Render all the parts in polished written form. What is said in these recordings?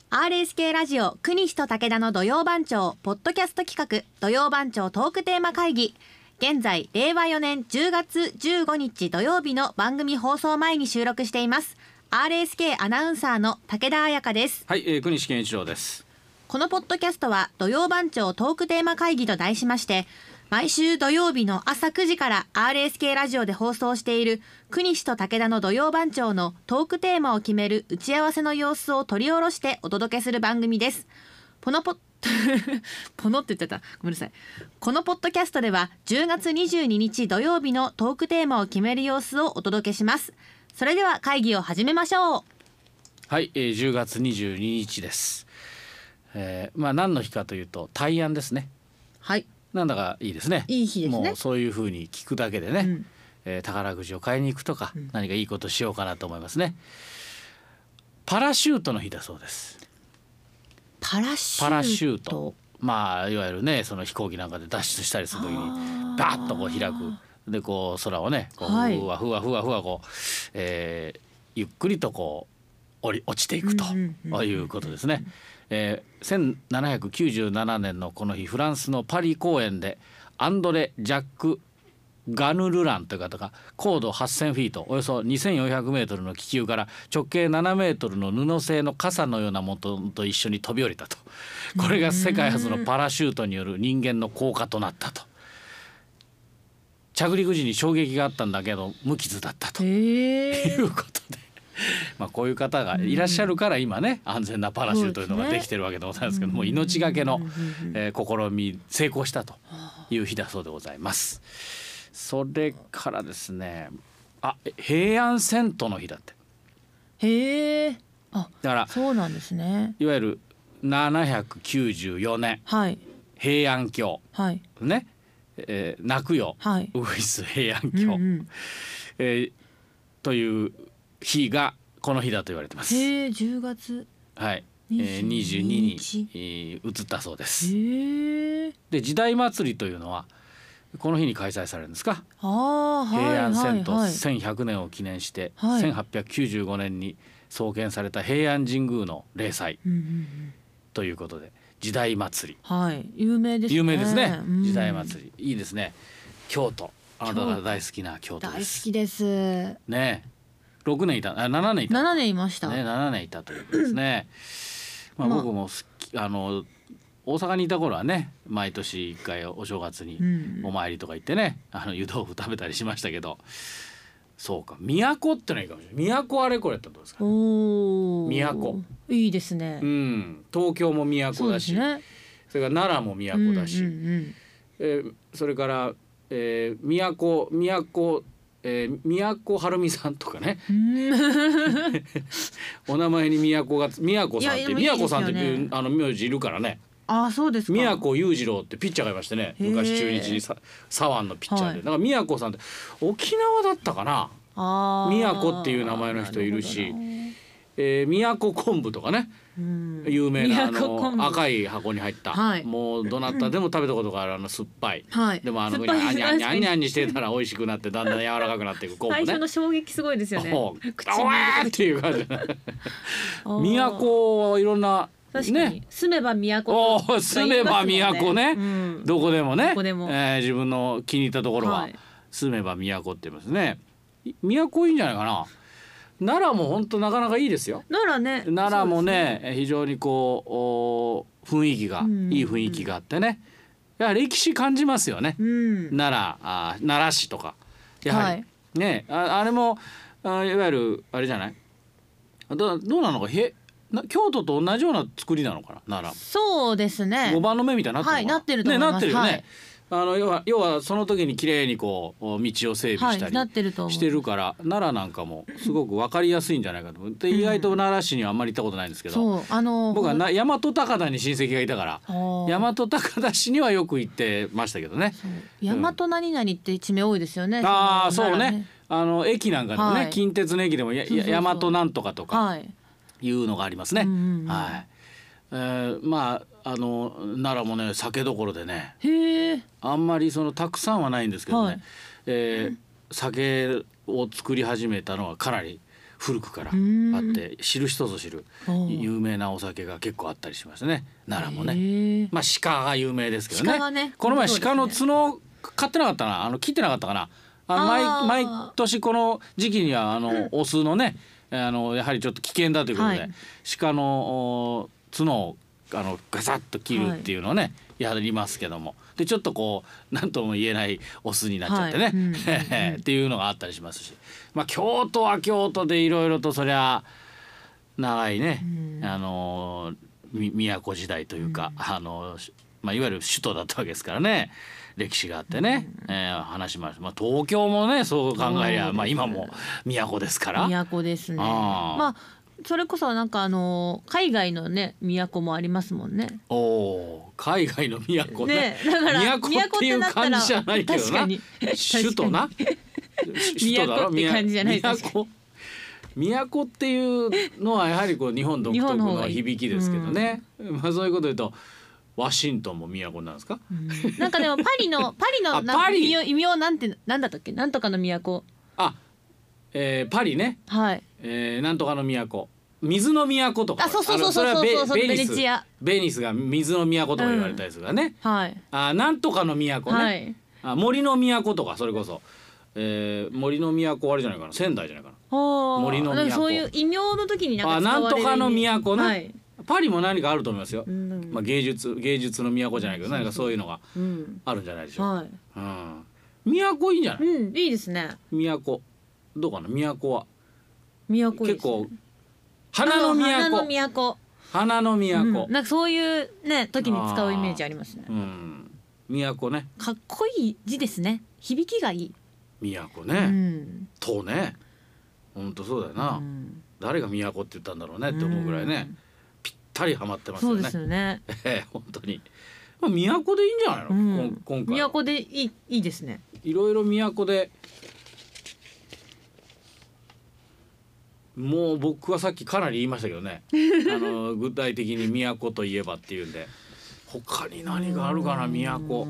RSK ラジオ国西と武田の土曜番長ポッドキャスト企画土曜番長トークテーマ会議。現在令和4年10月15日土曜日の番組放送前に収録しています。 RSK アナウンサーの武田彩香です。 はい、国西健一郎です。 このポッドキャストは土曜番長トークテーマ会議と題しまして、毎週土曜日の朝9時から RSK ラジオで放送している国西と武田の土曜番長のトークテーマを決める打ち合わせの様子を取り下ろしてお届けする番組です。ポノって言っちゃった、ごめんなさい。このポッドキャストでは10月22日土曜日のトークテーマを決める様子をお届けします。それでは会議を始めましょう。 はい、10月22日です。何の日かというと大安ですね。 はい、 なんだかいいですね。 いい日ですね。 もうそういう風に聞くだけでね、宝くじを買いに行くとか、何かいいことしようかなと思いますね。パラシュートの日だそうです。 パラシュート、 いわゆるね、その飛行機なんかで脱出したりする時にバッとこう開くで、こう空をねこう、 はい、 ふわふわふわふわこう、ゆっくりとこう落ちていくということですね。1797年のこの日、フランスのパリ公園でアンドレ・ジャック・ガヌルランという方が高度8000フィートおよそ2400メートルの気球から直径7メートルの布製の傘のようなものと一緒に飛び降りたと。これが世界初のパラシュートによる人間の降下となったと。着陸時に衝撃があったんだけど無傷だったということで、こういう方がいらっしゃるから今ね、安全なパラシュートというのができてるわけでございますけども、命がけの、試み成功したという日だそうでございます。それからですね、平安遷都の日だって。 へえ、 だからそうなんですね。 いわゆる794年、 はい、 平安京、 はいね、泣くよ、 はい、 ウグイス平安京、という日がこの日だと言われてます。 10月、 はい、22に移ったそうです。で、時代祭りというのはこの日に開催されるんですか。平安遷都1100年を記念して、1895年に創建された平安神宮の例祭ということで、時代祭り、 有名ですね。 有名ですね、時代祭りいいですね。京都、あなたが大好きな京都です。 大好きですね。6年いた、7年いた、 7年いましたね、7年いたということですね。僕も大阪にいた頃はね、毎年1回お正月にお参りとか行ってね、湯豆腐食べたりしましたけど、そうか、都ってのはいいかもしれない。都あれこれやったらどうですか。都いいですね。 東京も都だし、それから奈良も都だし、それから都はるみさんとかねお名前に都が、都さんって都さんって名字いるからね。 そうですか。 都裕次郎ってピッチャーがいましてね、昔中日に左腕のピッチャーで、だから都さんって沖縄だったかな。都っていう名前の人いるし、都昆布とかね、有名な赤い箱に入った、もうどなたでも食べたことがある酸っぱい、でもあにゃんにゃんにゃんにしてたら美味しくなってだんだん柔らかくなっていく昆布ね。 最初の衝撃すごいですよね。おーっていう感じ都はいろんな、 確かに住めば都、 住めば都ね、どこでもね、自分の気に入ったところは住めば都って言いますね。都いいんじゃないかな。奈良も本当なかなかいいですよ。奈良もね、非常にこう雰囲気が、いい雰囲気があってね、やはり歴史感じますよね。奈良市とかやはり、ね、あれもいわゆるあれじゃない、どうなのか、京都と同じような作りなのかな、奈良も。 そうですね。 5番の目みたいになってるのかな。 なってると思います。 なってるよね。要はその時に綺麗にこう道を整備したりしてるから、奈良なんかもすごく分かりやすいんじゃないかと思って、意外と奈良市にはあんまり行ったことないんですけど、僕は大和高田に親戚がいたから大和高田市にはよく行ってましたけどね。 大和何々って地名多いですよね。 そうね、駅なんかでもね、近鉄の駅でも大和なんとかとかいうのがありますね。奈良もね、酒どころでね、あんまりたくさんはないんですけどね、酒を作り始めたのはかなり古くからあって知る人ぞ知る有名なお酒が結構あったりしますね。奈良もね、まあ鹿が有名ですけどね。 ね、 この前鹿の角買ってなかったな、切ってなかったかな。毎年この時期にはオスのねやはりちょっと危険だということで、鹿の角をガサッと切るっていうのをね、やりますけども、でちょっとこう何とも言えないオスになっちゃってね、っていうのがあったりしますし、まあ京都は京都でいろいろとそりゃ長いね、都時代というか、まあ、いわゆる首都だったわけですからね、歴史があってね、話します。まあ、東京もねそう考えりゃ、まあ、今も都ですから。 都ですね。まあそれこそなんか海外のね都もありますもんね。 海外の都ね。 だから都っていう感じじゃないけどな。首都な。 首都だろ。って感じじゃないですか。 都っていうのはやはりこう日本独特の響きですけどね。まあそういうこと言うとワシントンも都なんですか。 なんかでもパリの異名なんだったっけ、なんとかの都。 パリね。 はい。 なんとかの都。水の都とか。 そうそれはベニスが水の都とか言われたりするからね。 はい。 なんとかの都ね。森の都とかそれこそ。森の都あれじゃないかな、仙台じゃないかな。森の都。 そういう異名の時になんか使われる。 なんとかの都ね。パリも何かあると思いますよ。まあ芸術の都じゃないけど何かそういうのがあるんじゃないでしょう。 はい。 都いいんじゃない。 いいですね。 都どうかな、都は。 結構花の都。 なんかそういうね時に使うイメージありますね。 都ね。 かっこいい字ですね。響きがいい。 都ね。とね。本当そうだよな。誰が都って言ったんだろうねって思うぐらいね。ぴったりハマってますよね。 そうですよね。 本当に。まあ都でいいんじゃないの。今回。 都でいいですね。 いろいろ都で。もう僕はさっきかなり言いましたけどね具体的に都といえばっていうんで、他に何があるかな。都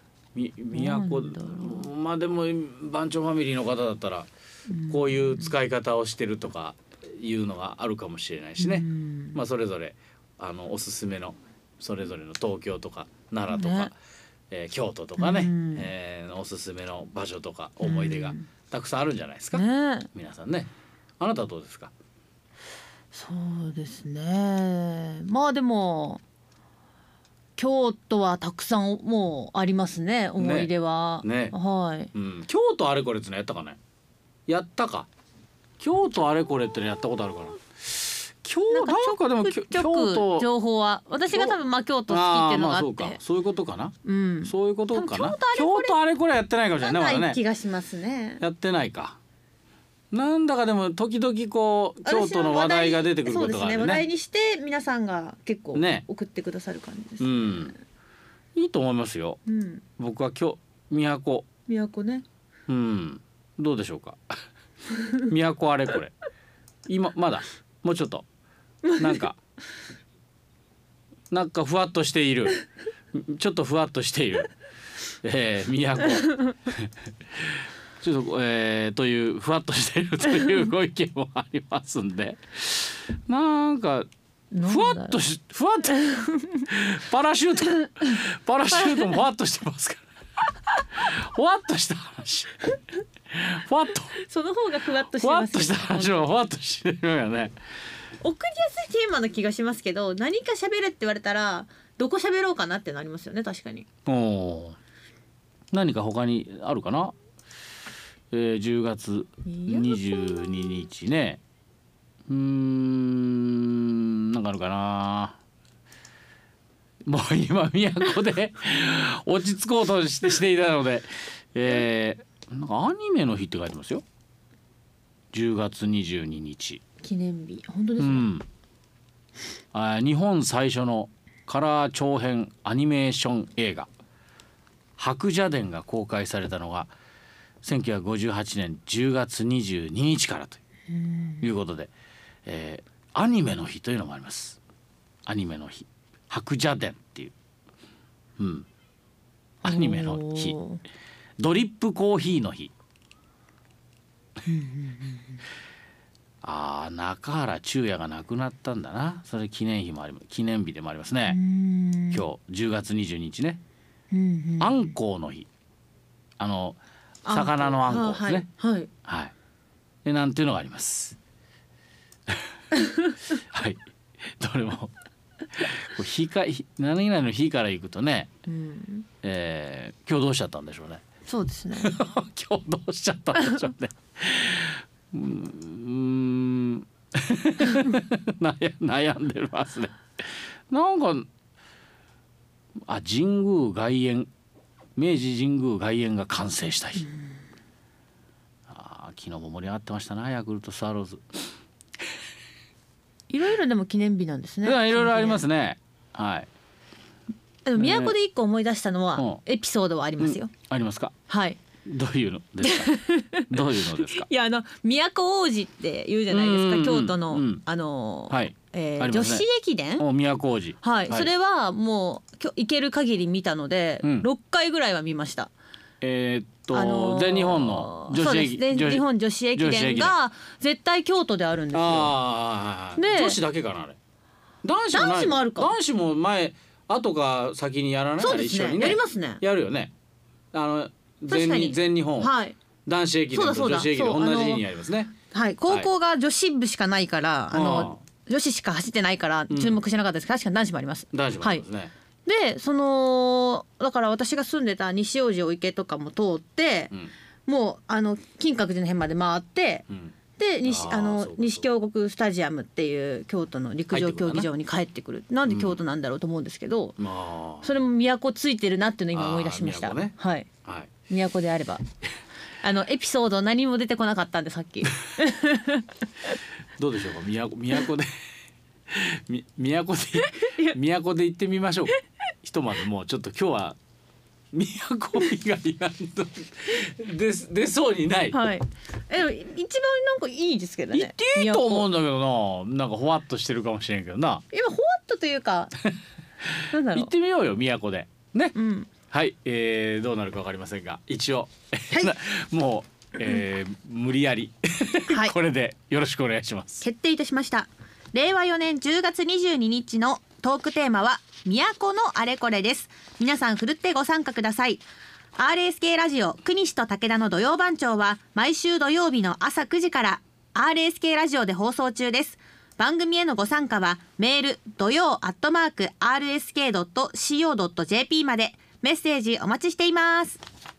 まあでも番長ファミリーの方だったらこういう使い方をしてるとかいうのがあるかもしれないしね。まあそれぞれおすすめのそれぞれの東京とか奈良とか、京都とかね、おすすめの場所とか思い出がたくさんあるんじゃないですか、皆さんね。あなたはどうですか。 そうですね。まあでも京都はたくさんもうありますね、思い出は。はい。 京都あれこれってのやったかね。やったか。京都あれこれってのやったことあるかな。なんかでも京都情報は私が多分京都好きっていうのがあって、 そういうことかな。そういうことかな。京都あれこれやってないかもしれない。まだね。 気がしますね。 やってないか。なんだかでも時々こう京都の話題が出てくることがあるね。 話題にして皆さんが結構送ってくださる感じですね。 いいと思いますよ。僕は都ね。 どうでしょうか。都あれこれ。今まだもうちょっとなんかふわっとしている。ちょっとふわっとしている。都。ちょっとというふわっとしているというご意見もありますんで、なんかふわっとパラシュートもふわっとしてますからふわっとした話、ふわっとその方がふわっとしてます。 ふわっとした話はふわっとしてるよね。 送りやすいテーマの気がしますけど、何か喋るって言われたらどこ喋ろうかなってなりますよね。確かに。 何か他にあるかな。10月22日ね。なんかあるかな。もう今都で落ち着こうとしていたので、なんかアニメの日って書いてますよ。10月22日。 記念日。本当ですか。日本最初のカラー長編アニメーション映画白蛇伝が公開されたのが1958年10月22日からということで、アニメの日というのもあります。アニメの日、白蛇伝っていう、アニメの日、ドリップコーヒーの日中原中也が亡くなったんだな。それ記念日でもありますね。今日10月22日ね、あんこうの日、魚のあんこですね。はい、はい、でなんていうのがありますはい、どれも何々の日からいくとね、今日どうしちゃったんでしょうね。 そうですね今日どうしちゃったんでしょうね悩んでますね。なんか神宮外苑、明治神宮外苑が完成した日。昨日も盛り上がってましたな、ヤクルトスワローズいろいろでも記念日なんですね。 いろいろありますね。はい。 都で一個思い出したのは、エピソードはありますよ。 ありますか。 はい。 どういうのですかどういうのですか。 いや都王子って言うじゃないですか、京都のはい、 女子駅伝都王子、 はい、それはもう行ける限り見たので、6回ぐらいは見ました。 全日本の女子駅全日本女子駅伝が絶対京都であるんですよ。 女子だけかなあれ。男子もあるか。男子も前後か先にやらないから一緒にね。 やりますね。 やるよね。全日本、はい、男子駅伝と女子駅伝同じ日にやりますね。 はい、高校が女子部しかないから、女子しか走ってないから注目してなかったですけど、確かに男子もあります。 男子もありますね。はい、 でだから私が住んでた西大路池とかも通って、もう金閣寺の辺まで回って、で西京極スタジアムっていう京都の陸上競技場に帰ってくる。なんで京都なんだろうと思うんですけど、それも都ついてるなっていうのを今思い出しました。ね、はい、はい、都であればエピソード何も出てこなかったんでさっきどうでしょうか。都で都で行ってみましょう。ひとまずもうちょっと今日は都以外が出そうにない。 はい。でも一番なんかいいですけどね。 行っていいと思うんだけどな。なんかほわっとしてるかもしれんけどな。 今ほわっとというかなんだろう。 行ってみようよ都でね。はい、どうなるかわかりませんが一応、はい、もう、無理やりはい、これでよろしくお願いします。 決定いたしました。令和4年10月22日のトークテーマは都のあれこれです。皆さんふるってご参加ください。 RSK ラジオ国西と武田の土曜番長は毎週土曜日の朝9時から RSK ラジオで放送中です。番組へのご参加はメール土曜@rsk.co.jp までメッセージお待ちしています。